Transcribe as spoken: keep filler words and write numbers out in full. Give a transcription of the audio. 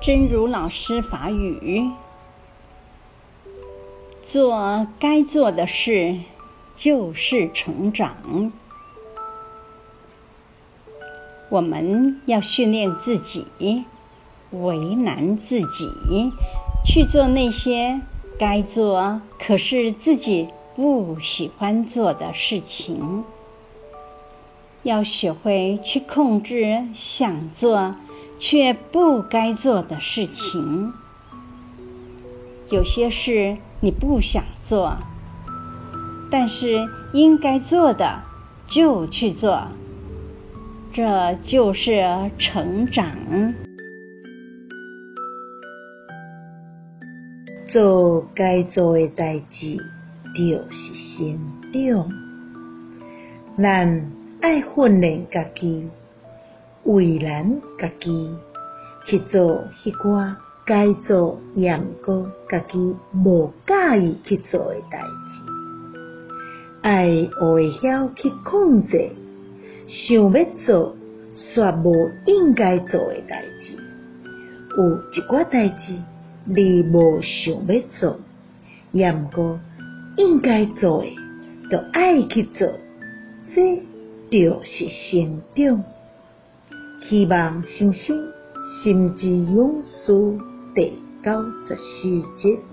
真如老师法语：做该做的事就是成长。我们要训练自己，为难自己，去做那些该做可是自己不喜欢做的事情。要学会去控制想做却不该做的事情。有些事你不想做，但是应该做的就去做，这就是成长。 做该做的代志，就是成长。咱爱训练家己，为难家己，去做迄寡该做也毋过家己无介意去做的代志。爱学会晓去控制，想要做却无应该做的代志。有一寡代志，你无想要做，也毋过应该做的，就爱去做，这就是成长。希望新生心之勇士第九十四集。